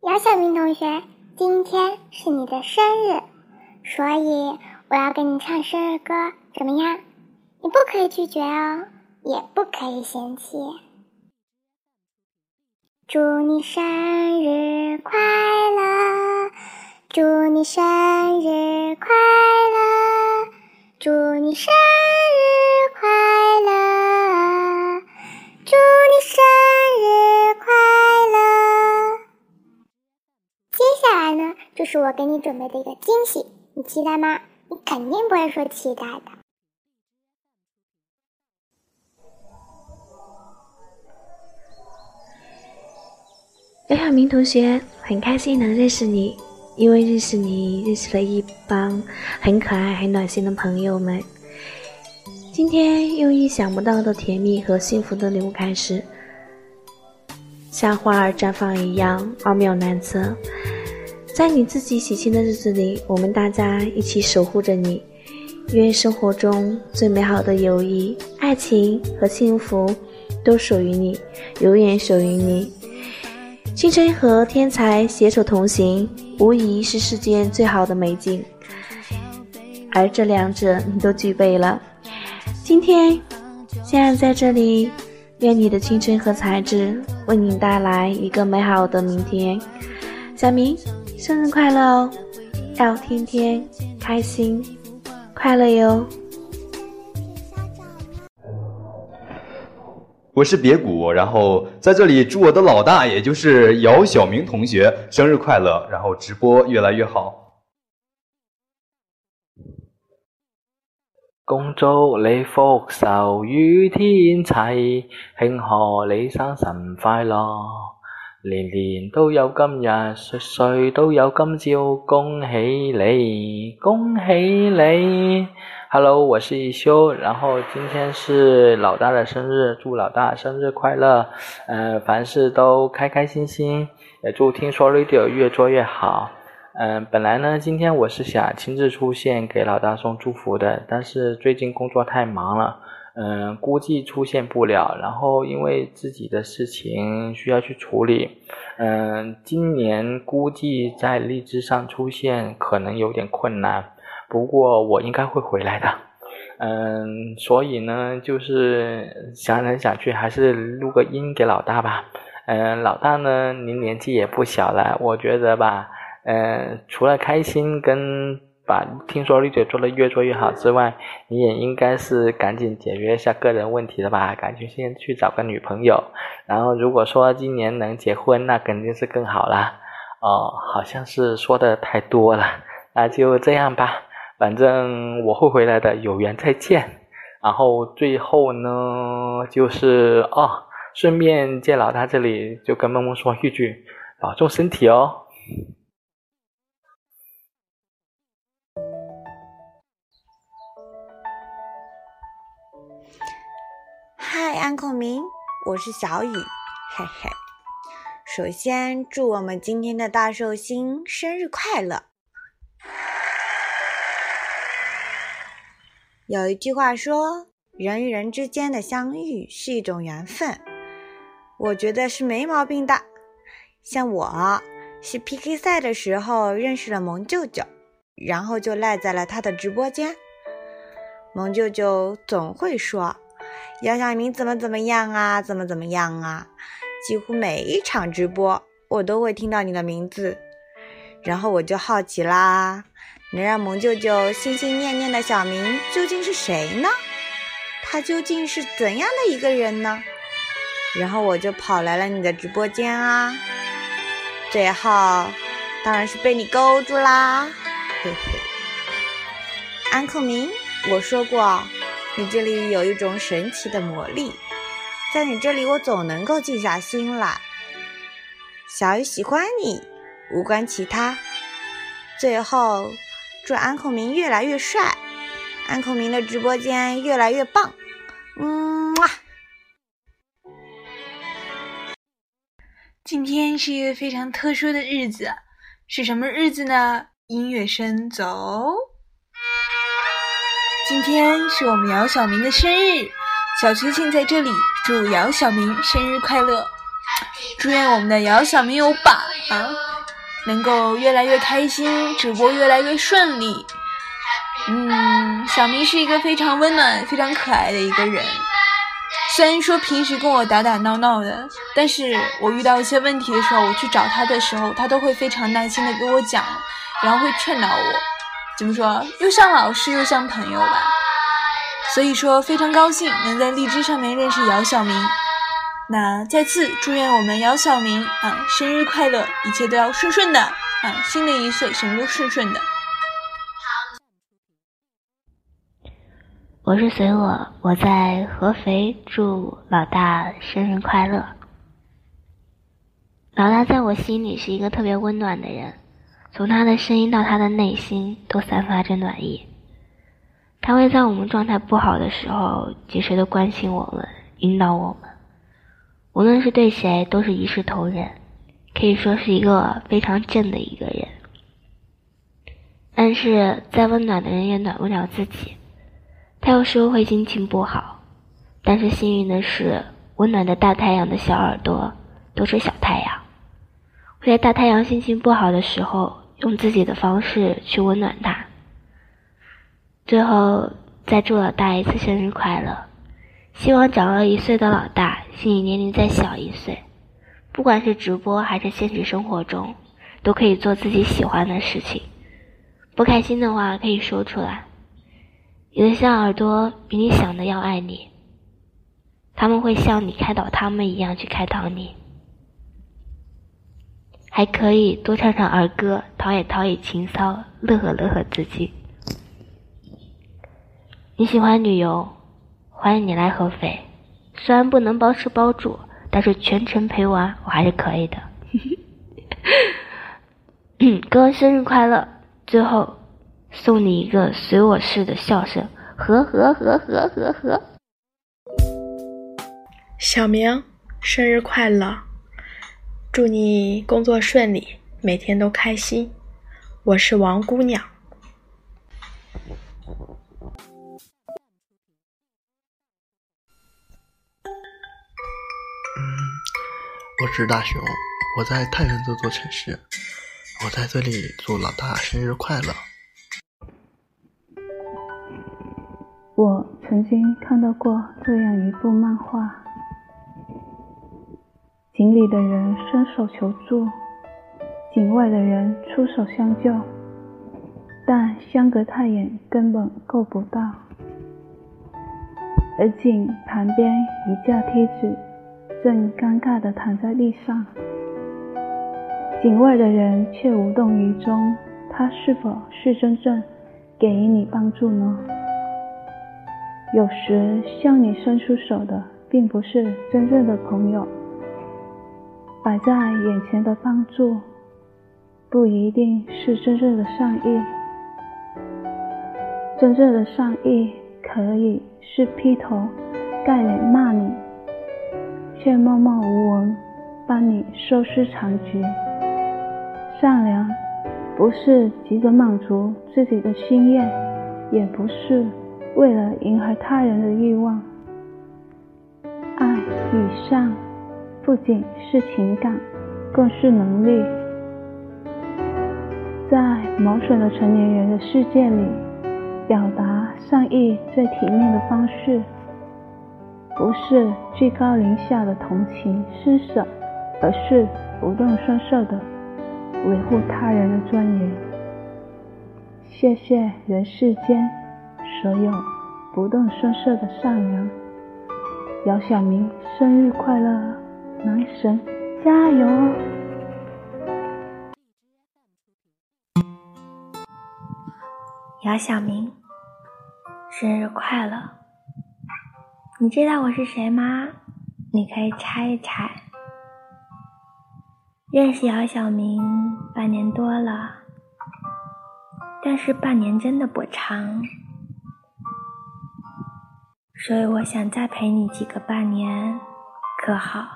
姚小明同学，今天是你的生日，所以我要给你唱生日歌，怎么样？你不可以拒绝哦，也不可以嫌弃。祝你生日快乐，祝你生日快乐，祝你生日快乐，祝你生日快乐。接下来呢，就是我给你准备的一个惊喜，你期待吗？你肯定不会说期待的。 刘晓明同学，很开心能认识你，因为认识你，认识了一帮很可爱、很暖心的朋友们。今天用意想不到的甜蜜和幸福的礼物开始，像花儿绽放一样奥妙难测。在你自己喜庆的日子里，我们大家一起守护着你。愿生活中最美好的友谊、爱情和幸福都属于你，永远属于你。青春和天才携手同行，无疑是世间最好的美景，而这两者你都具备了。今天现在在这里，愿你的青春和才智为你带来一个美好的明天。小明，生日快乐哦，要天天开心快乐哟。 我是别谷，然后在这里祝我的老大，也就是姚晓明同学生日快乐，然后直播越来越好。 恭祝你福壽與天齊，慶賀你生辰快樂，年年都有今日，歲歲都有今朝，恭喜你，恭喜你。Hello， 我是一休，然后今天是老大的生日，祝老大生日快乐，凡事都开开心心，也祝听说 Radio 越做越好。本来呢，今天我是想亲自出现给老大送祝福的，但是最近工作太忙了，估计出现不了，然后因为自己的事情需要去处理，今年估计在荔枝上出现可能有点困难。不过我应该会回来的，所以呢，就是想来想去，还是录个音给老大吧。老大呢，您年纪也不小了，我觉得吧，除了开心跟把听说Radio做得越做越好之外，你也应该是赶紧解决一下个人问题的吧，赶紧先去找个女朋友。然后如果说今年能结婚，那肯定是更好啦。好像是说的太多了，那就这样吧。反正我会回来的，有缘再见。然后最后呢，就是顺便借老大这里就跟梦梦说一句，保重身体哦。 嗨，安孔明，我是小雨，嘿嘿。首先祝我们今天的大寿星生日快乐。有一句话说，人与人之间的相遇是一种缘分，我觉得是没毛病的。像我是 PK 赛的时候认识了萌舅舅，然后就赖在了他的直播间。萌舅舅总会说，姚晓明怎么样啊，怎么样啊，几乎每一场直播我都会听到你的名字。然后我就好奇啦，能让萌舅舅心心念念的小明究竟是谁呢？他究竟是怎样的一个人呢？然后我就跑来了你的直播间啊，最后当然是被你勾住啦，嘿嘿。安孔明，我说过，你这里有一种神奇的魔力，在你这里我总能够静下心来。小雨喜欢你，无关其他。最后祝安孔明越来越帅，安孔明的直播间越来越棒。 今天是一个非常特殊的日子，是什么日子呢？音乐声走。今天是我们姚晓明的生日，小确幸在这里祝姚晓明生日快乐，祝愿我们的姚晓明欧巴能够越来越开心，直播越来越顺利。小明是一个非常温暖非常可爱的一个人，虽然说平时跟我打打闹闹的，但是我遇到一些问题的时候，我去找他的时候，他都会非常耐心的跟我讲，然后会劝导我，怎么说，又像老师又像朋友吧。所以说非常高兴能在荔枝上面认识姚晓明。那再次祝愿我们姚晓明生日快乐，一切都要顺顺的新的一岁什么都顺顺的。 我是随我在合肥，祝老大生日快乐。老大在我心里是一个特别温暖的人，从他的声音到他的内心都散发着暖意。他会在我们状态不好的时候及时的关心我们，引导我们，无论是对谁都是一视同仁，可以说是一个非常正的一个人。但是再温暖的人也暖不了自己，他有时候会心情不好，但是幸运的是，温暖的大太阳的小耳朵都是小太阳，会在大太阳心情不好的时候用自己的方式去温暖他。最后再祝老大一次生日快乐，希望长了1岁的老大心理年龄再小1岁，不管是直播还是现实生活中，都可以做自己喜欢的事情，不开心的话可以说出来。有的小耳朵比你想的要爱你，他们会像你开导他们一样去开导你，还可以多唱唱儿歌，陶冶情操，乐呵自己。你喜欢旅游，欢迎你来合肥，虽然不能包吃包住，但是全程陪玩我还是可以的。哥生日快乐，最后送你一个随我式的笑声，呵。 小明，生日快乐！祝你工作顺利，每天都开心。我是王姑娘。 我是大熊，我在太原这座城市，我在这里祝老大生日快乐。 我曾经看到过这样一部漫画，井里的人伸手求助，井外的人出手相救，但相隔太远，根本够不到。而井旁边一架梯子正尴尬地躺在地上，井外的人却无动于衷，他是否是真正给予你帮助呢？有时向你伸出手的并不是真正的朋友，摆在眼前的帮助不一定是真正的善意，真正的善意可以是劈头盖脸骂你，却默默无闻帮你收拾残局。善良不是急着满足自己的心愿，也不是为了迎合他人的欲望。爱与善不仅是情感，更是能力。在某种的成年人的世界里，表达善意最体面的方式，不是居高临下的同情施舍，而是不动声色的维护他人的尊严。谢谢人世间所有不动声色的善良。姚晓明生日快乐，男神加油！ 姚晓明生日快乐！你知道我是谁吗？你可以猜一猜。认识姚晓明半年多了，但是半年真的不长，所以我想再陪你几个半年，可好？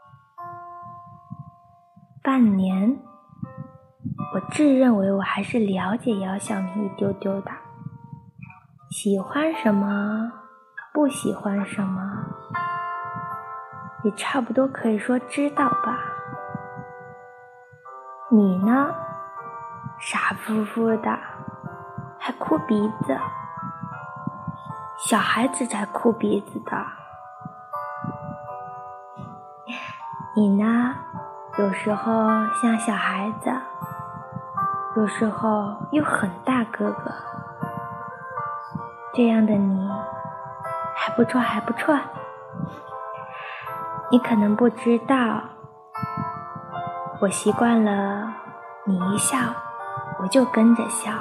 半年，我自认为我还是了解姚晓明一丢丢的，喜欢什么，不喜欢什么，也差不多可以说知道吧。 你呢？傻乎乎的，还哭鼻子。小孩子才哭鼻子的。你呢？有时候像小孩子，有时候又很大哥哥。这样的你，还不错，还不错。你可能不知道，我习惯了你一笑我就跟着笑，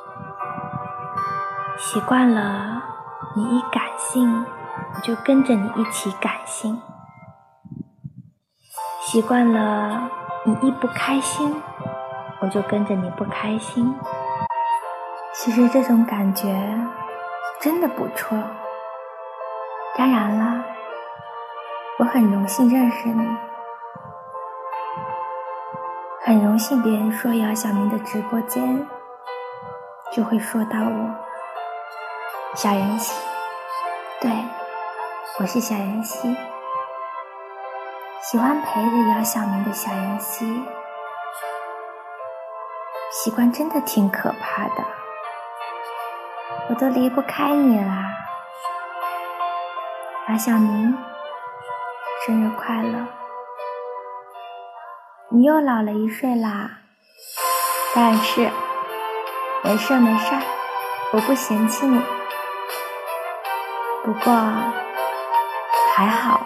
习惯了你一感性我就跟着你一起感性，习惯了你一不开心我就跟着你不开心。其实这种感觉真的不错。当然了，我很荣幸认识你，很荣幸别人说姚晓明的直播间就会说到我。小妍希，对，我是小妍希，喜欢陪着姚晓明的小妍希。习惯真的挺可怕的，我都离不开你啦。姚晓明，生日快乐！你又老了1岁啦，但是没事没事，我不嫌弃你。不过还好，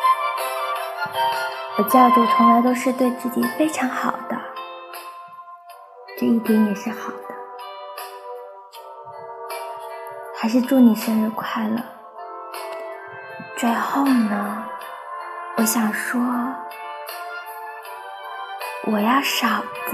我教主从来都是对自己非常好的，这一点也是好的。还是祝你生日快乐。最后呢，我想说，我要嫂子。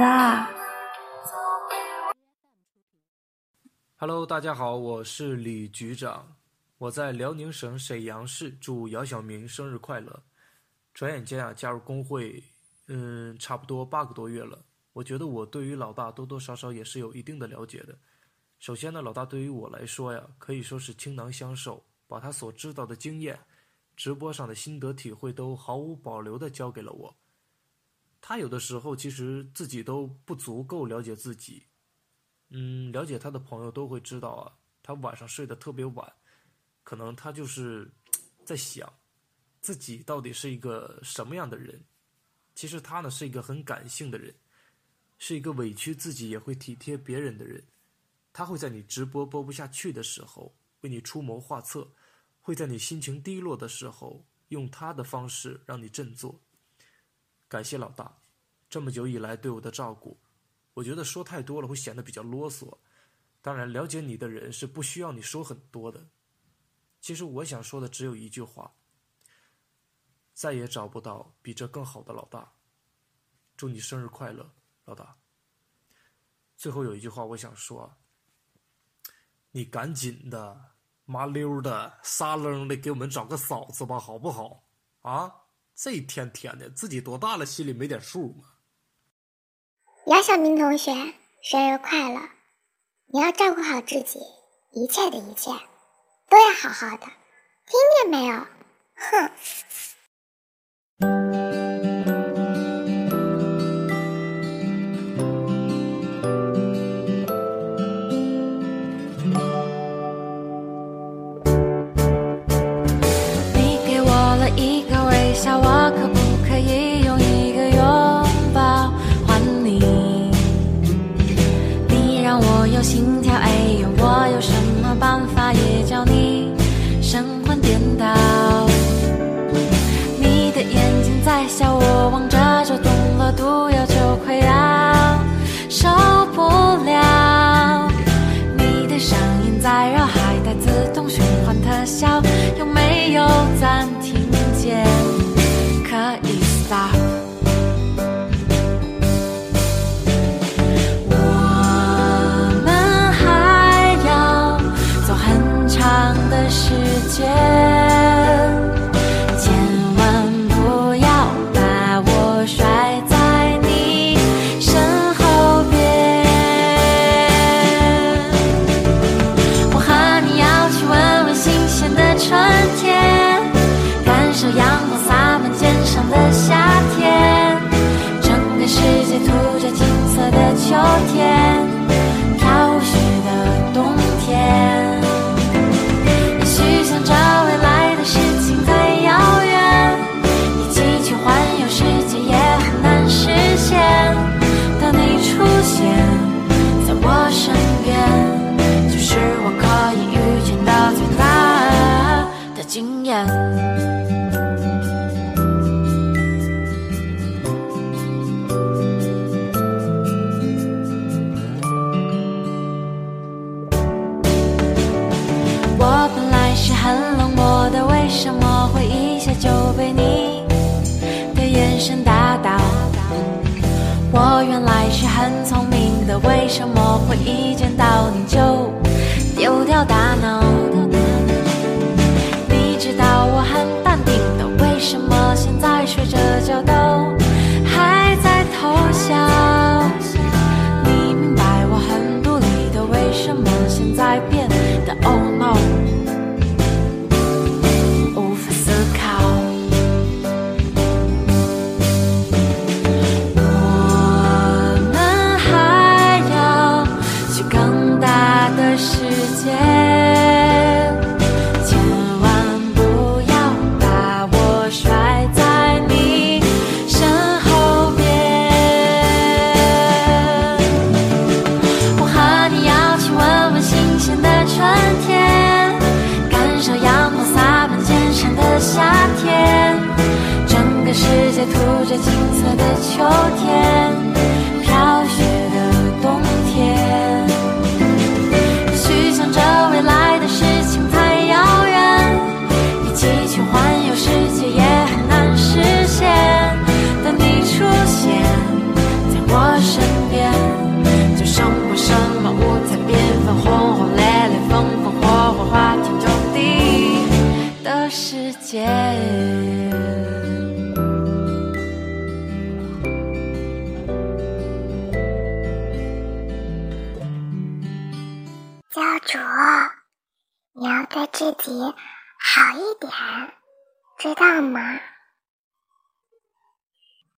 Hello， 大家好，我是李局长，我在辽宁省沈阳市，祝姚晓明生日快乐。转眼间啊，加入工会，差不多8个多月了。我觉得我对于老大多多少少也是有一定的了解的。首先呢，老大对于我来说呀，可以说是倾囊相授，把他所知道的经验、直播上的心得体会都毫无保留地交给了我。他有的时候其实自己都不足够了解自己。了解他的朋友都会知道啊，他晚上睡得特别晚，可能他就是在想自己到底是一个什么样的人。其实他呢是一个很感性的人，是一个委屈自己也会体贴别人的人。他会在你直播播不下去的时候为你出谋划策，会在你心情低落的时候用他的方式让你振作。感谢老大这么久以来对我的照顾，我觉得说太多了会显得比较啰嗦，当然了解你的人是不需要你说很多的。其实我想说的只有一句话，再也找不到比这更好的老大。祝你生日快乐，老大。最后有一句话我想说，你赶紧的麻溜的撒楞的给我们找个嫂子吧，好不好啊？这一天天的自己多大了心里没点数吗？ 姚晓明同学，生日快乐！你要照顾好自己，一切的一切都要好好的，听见没有？哼！ 你给我了一个微笑，我可不可以用一个拥抱还你？你让我有心跳，哎呦，我有什么办法也叫你神魂颠倒？你的眼睛在笑，我望着就动了，毒药就快要受不了。你的声音在绕，还带自动循环特效，有没有暂停键可以 stop？ 我们还要走很长的时间，千万不要把我原来是很聪明的，为什么会一见到你就丢掉大脑？你知道我很淡定的，为什么现在睡着觉都还在偷笑？你明白我很独立的，为什么现在变得 oh no， 无法思考。我们还要去更大的世界，千万不要把我甩在你身后边。我和你要去闻闻新鲜的春天，感受阳光洒满肩上的夏天，整个世界涂着金色的秋天，飘雪的冬天。也许想着未来的事情太遥远，一起去环游世界也很难实现，但你出现在我身边，就胜过什么五彩缤纷轰轰烈烈风风火火花天酒地的世界。 教主，你要对自己好一点，知道吗？